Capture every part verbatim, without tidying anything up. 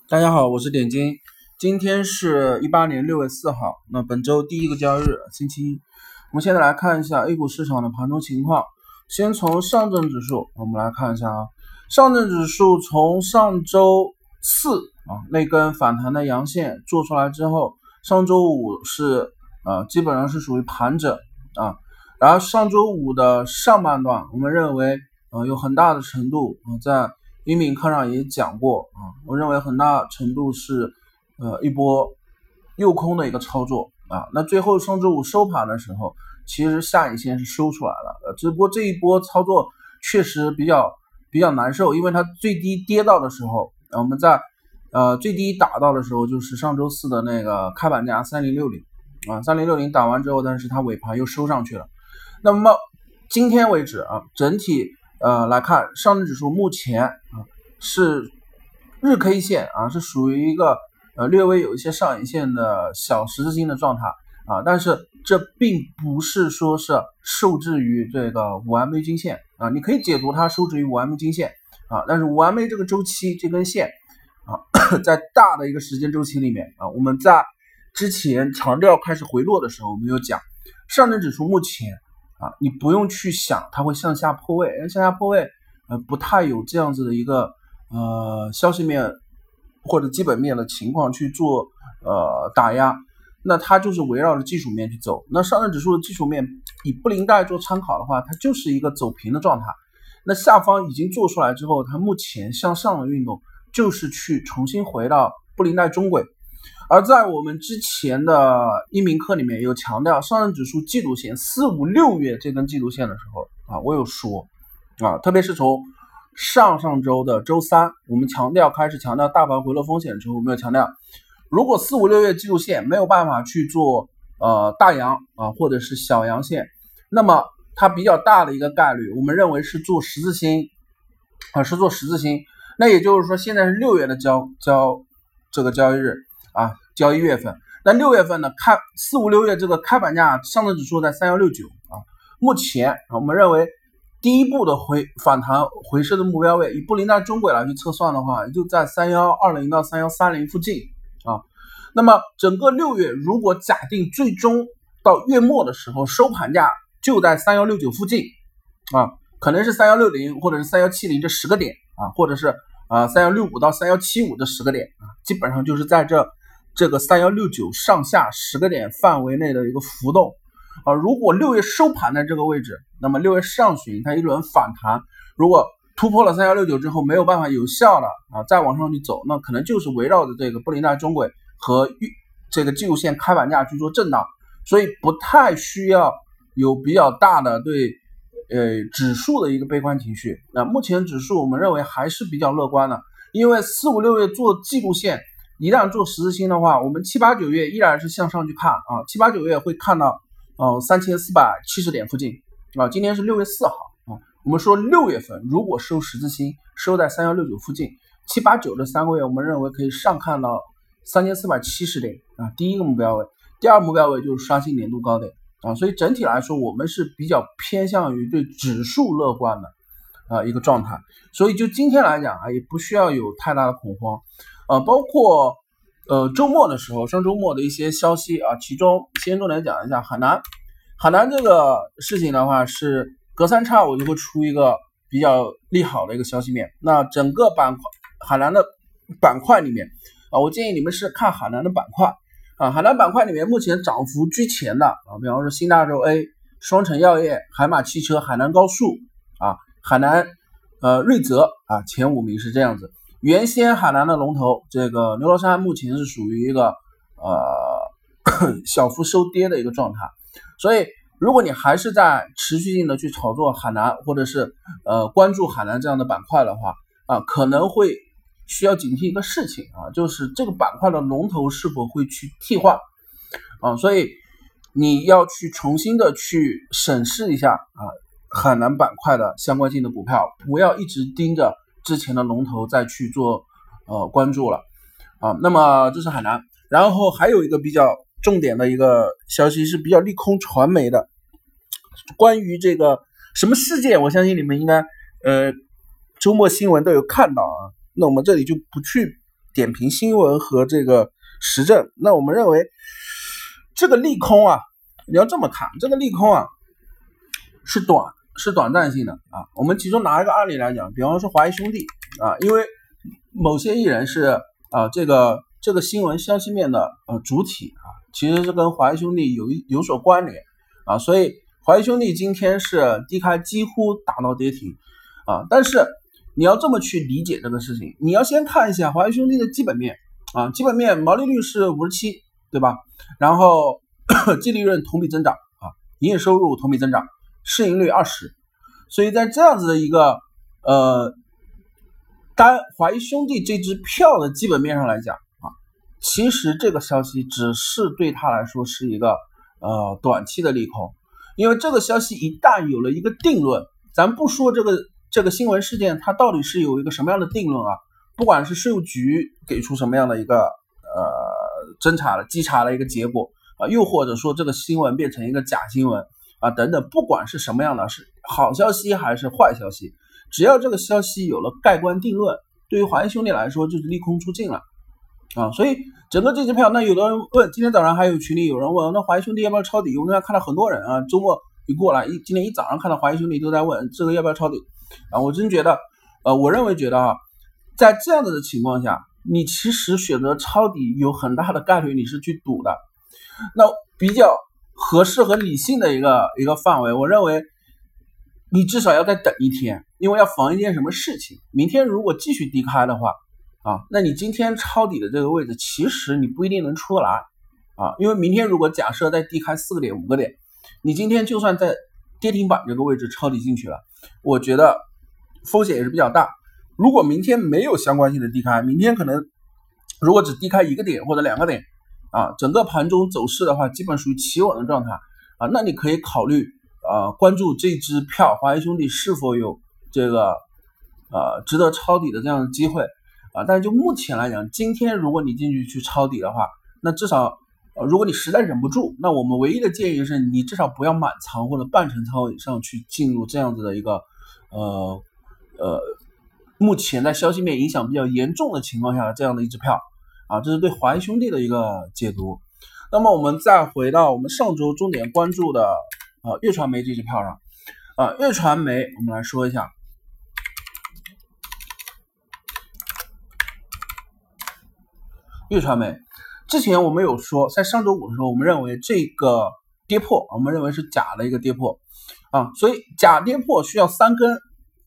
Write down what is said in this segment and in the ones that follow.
大家好，我是点金。今天是一八年六月四号，那本周第一个交易日，星期一。我们现在来看一下 A 股市场的盘中情况。先从上证指数，我们来看一下啊，上证指数从上周四啊那根反弹的阳线做出来之后，上周五是呃基本上是属于盘整啊，然后上周五的上半段，我们认为呃有很大的程度啊、呃、在音频课上也讲过啊，我认为很大程度是呃一波诱空的一个操作啊。那最后上周五收盘的时候，其实下影线是收出来了，呃，只不过这一波操作确实比较比较难受，因为它最低跌到的时候，我们在呃最低打到的时候就是上周四的那个开盘价三零六零啊，三零六零打完之后，但是它尾盘又收上去了。那么今天为止啊，整体呃来看，上证指数目前啊是日 K 线啊是属于一个呃略微有一些上影线的小十字星的状态啊，但是这并不是说是受制于这个五 M A 均线啊，你可以解读它受制于五 M A 均线啊，但是五 M A 这个周期这根线啊，在大的一个时间周期里面啊，我们在之前强调开始回落的时候，我们有讲上证指数目前啊，你不用去想它会向下破位，因为向下破位呃不太有这样子的一个呃消息面或者基本面的情况去做呃打压，那它就是围绕着技术面去走。那上证指数的技术面以布林带做参考的话，它就是一个走平的状态。那下方已经做出来之后，它目前向上的运动就是去重新回到布林带中轨。而在我们之前的音频课里面有强调上证指数季度线四五六月这根季度线的时候啊，我有说啊，特别是从上上周的周三，我们强调开始强调大盘回落风险之后，我们有强调，如果四五六月季度线没有办法去做呃大阳啊或者是小阳线，那么它比较大的一个概率，我们认为是做十字星啊，是做十字星。那也就是说，现在是六月的交交这个交易日啊，交易月份。那六月份呢，开四五六月这个开盘价，上证指数在三一六九啊，目前啊，我们认为第一步的回反弹回升的目标位，以布林带中轨来去测算的话，也就在三一二零到三一三零附近啊。那么整个六月，如果假定最终到月末的时候收盘价就在三一六九附近啊，可能是三一六零或者是三一七零这十个点啊，或者是啊三一六五到三一七五这十个点啊，基本上就是在这这个三一六九上下十个点范围内的一个浮动啊。如果六月收盘在这个位置，那么六月上旬它一轮反弹，如果突破了三一六九之后没有办法有效的啊再往上去走，那可能就是围绕着这个布林带中轨和这个技术线开盘价去做震荡，所以不太需要有比较大的对呃指数的一个悲观情绪。那目前指数我们认为还是比较乐观的，因为四五六月做季度线一旦做十字星的话，我们七八九月依然是向上去看啊，七八九月会看到呃三千四百七十点附近啊。今天是六月四号啊，我们说六月份如果收十字星收在三一六九附近，七八九这三个月我们认为可以上看到三千四百七十点啊，第一个目标位，第二目标位就是刷新年度高点啊，所以整体来说我们是比较偏向于对指数乐观的啊一个状态，所以就今天来讲啊，也不需要有太大的恐慌啊，包括呃周末的时候，上周末的一些消息啊，其中先重点讲一下海南，海南这个事情的话是隔三差五就会出一个比较利好的一个消息面，那整个板块海南的板块里面啊，我建议你们是看海南的板块啊，海南板块里面目前涨幅居前的啊，比方说新大洲 A、双城药业、海马汽车、海南高速啊、海南呃瑞泽啊，前五名是这样子。原先海南的龙头这个牛罗山目前是属于一个呃小幅收跌的一个状态，所以如果你还是在持续性的去炒作海南或者是呃关注海南这样的板块的话啊，可能会需要警惕一个事情啊，就是这个板块的龙头是否会去替换啊，所以你要去重新的去审视一下啊海南板块的相关性的股票，不要一直盯着之前的龙头再去做呃关注了啊。那么这是海南，然后还有一个比较重点的一个消息是比较利空传媒的，关于这个什么事件，我相信你们应该呃周末新闻都有看到啊。那我们这里就不去点评新闻和这个时政。那我们认为这个利空啊，你要这么看，这个利空啊是短是短暂性的啊。我们其中拿一个案例来讲，比方说华谊兄弟啊，因为某些艺人是啊这个这个新闻消息面的呃主体啊，其实是跟华谊兄弟有有所关联啊，所以华谊兄弟今天是低开几乎打到跌停啊，但是你要这么去理解这个事情，你要先看一下华谊兄弟的基本面啊，基本面毛利率是五十七，对吧？然后净利润同比增长啊，营业收入同比增长，市盈率二十，所以在这样子的一个呃，单华谊兄弟这支票的基本面上来讲啊，其实这个消息只是对他来说是一个呃短期的利空。因为这个消息一旦有了一个定论，咱不说这个这个新闻事件它到底是有一个什么样的定论啊，不管是税务局给出什么样的一个呃侦查的稽查的一个结果啊，又或者说这个新闻变成一个假新闻啊等等，不管是什么样的，是好消息还是坏消息，只要这个消息有了盖棺定论，对于华谊兄弟来说就是利空出尽了啊，所以整个这支票，那有的人问，今天早上还有群里有人问，那华谊兄弟要不要抄底？我们看到很多人啊，周末一过来，一今天一早上看到华谊兄弟都在问这个要不要抄底啊。我真觉得，呃，我认为觉得啊，在这样子的情况下，你其实选择抄底有很大的概率你是去赌的。那比较合适和理性的一个一个范围，我认为你至少要再等一天，因为要防一件什么事情。明天如果继续低开的话，啊，那你今天抄底的这个位置，其实你不一定能出得来啊，因为明天如果假设再低开四个点、五个点，你今天就算在跌停板这个位置抄底进去了，我觉得风险也是比较大。如果明天没有相关性的低开，明天可能如果只低开一个点或者两个点啊，整个盘中走势的话，基本属于企稳的状态啊，那你可以考虑呃关注这支票华谊兄弟是否有这个呃值得抄底的这样的机会。啊，但是就目前来讲，今天如果你进去去抄底的话，那至少，呃，如果你实在忍不住，那我们唯一的建议是你至少不要满仓或者半成仓以上去进入这样子的一个，呃呃，目前在消息面影响比较严重的情况下的这样的一支票，啊，这是对华谊兄弟的一个解读。那么我们再回到我们上周重点关注的呃粤传媒这支票上，啊，粤传媒我们来说一下。粤传媒之前我们有说，在上周五的时候，我们认为这个跌破，我们认为是假的一个跌破啊，所以假跌破需要三根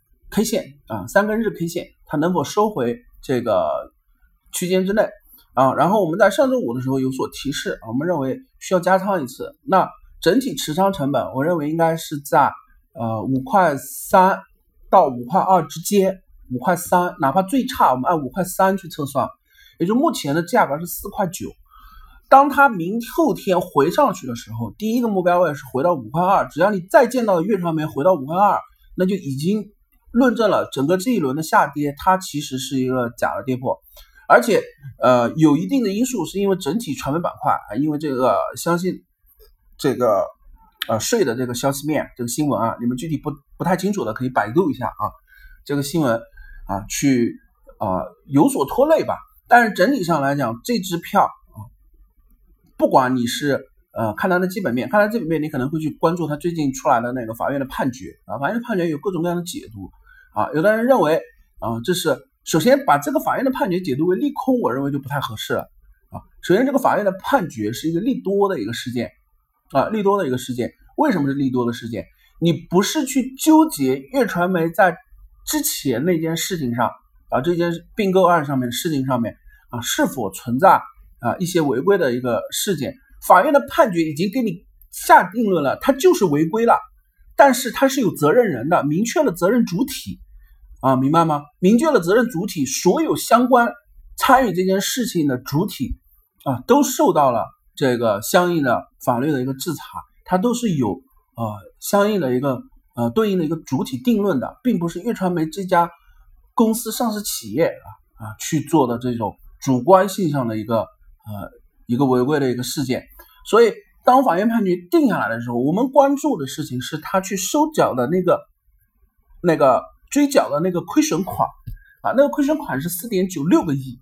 K 线啊，三根日 K 线，它能否收回这个区间之内啊？然后我们在上周五的时候有所提示，我们认为需要加仓一次。那整体持仓成本，我认为应该是在呃五块三到五块二之间，五块三，哪怕最差我们按五块三去测算。也就目前的价格是四块九，当它明后天回上去的时候，第一个目标位是回到五块二，只要你再见到粤传媒回到五块二，那就已经论证了整个这一轮的下跌，它其实是一个假的跌破，而且呃有一定的因素是因为整体传媒板块啊，因为这个相信这个呃税的这个消息面这个新闻啊，你们具体不不太清楚的可以百度一下啊，这个新闻啊去啊、呃、有所拖累吧。但是整体上来讲，这支票啊，不管你是呃看它的基本面，看它基本面，你可能会去关注它最近出来的那个法院的判决啊，法院的判决有各种各样的解读啊。有的人认为啊，这是首先把这个法院的判决解读为利空，我认为就不太合适了啊。首先，这个法院的判决是一个利多的一个事件啊，利多的一个事件。为什么是利多的事件？你不是去纠结粤传媒在之前那件事情上。啊，这件并购案上面事情上面啊，是否存在啊一些违规的一个事件？法院的判决已经给你下定论了，它就是违规了，但是它是有责任人的，明确了责任主体啊，明白吗？明确了责任主体，所有相关参与这件事情的主体啊，都受到了这个相应的法律的一个制裁，它都是有呃相应的一个呃对应的一个主体定论的，并不是粤传媒这家公司上市企业啊啊去做的这种主观性上的一个呃一个违规的一个事件。所以当法院判决定下来的时候，我们关注的事情是他去收缴的那个那个追缴的那个亏损款啊，那个亏损款是 四点九六个亿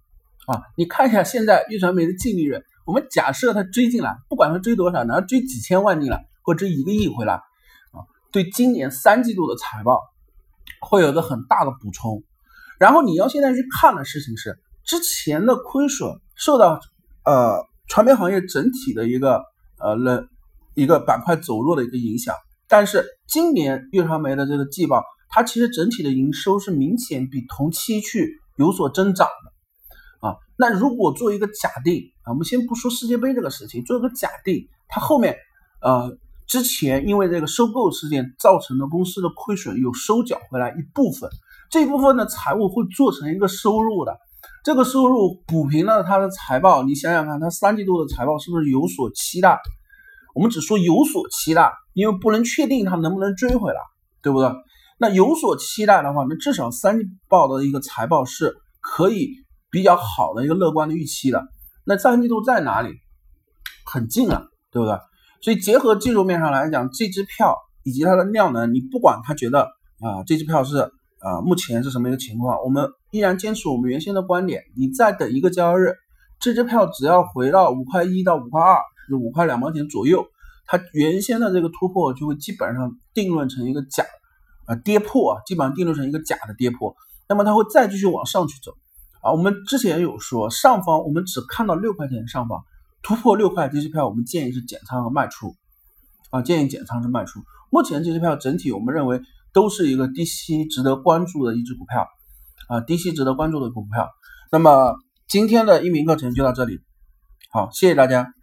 啊，你看一下现在玉传媒的净利润，我们假设它追进来，不管它追多少，哪怕追几千万进来，或者追一个亿回来啊，对今年三季度的财报会有一个很大的补充。然后你要现在去看的事情是，之前的亏损受到呃传媒行业整体的一个呃冷一个板块走弱的一个影响，但是今年玉传媒的这个季报，它其实整体的营收是明显比同期去有所增长的啊。那如果做一个假定啊，我们先不说世界杯这个事情，做一个假定，它后面呃之前因为这个收购事件造成的公司的亏损有收缴回来一部分，这一部分的财务会做成一个收入的，这个收入补平了它的财报。你想想看，它三季度的财报是不是有所期待？我们只说有所期待，因为不能确定它能不能追回来，对不对？那有所期待的话，那至少三季报的一个财报是可以比较好的一个乐观的预期的。那三季度在哪里？很近了，对不对？所以结合技术面上来讲，这支票以及它的量能，你不管它觉得啊、呃、这支票是啊、呃、目前是什么一个情况，我们依然坚持我们原先的观点，你再等一个交易日，这支票只要回到五块一到五块二，就五块两毛钱左右，它原先的这个突破就会基本上定论成一个假啊、呃、跌破啊，基本上定论成一个假的跌破，那么它会再继续往上去走啊。我们之前有说，上方我们只看到六块钱上方突破六块，这支票我们建议是减仓和卖出啊，建议减仓是卖出。目前这支票整体我们认为都是一个低吸值得关注的一只股票啊，低吸值得关注的股票。那么今天的音频课程就到这里，好，谢谢大家。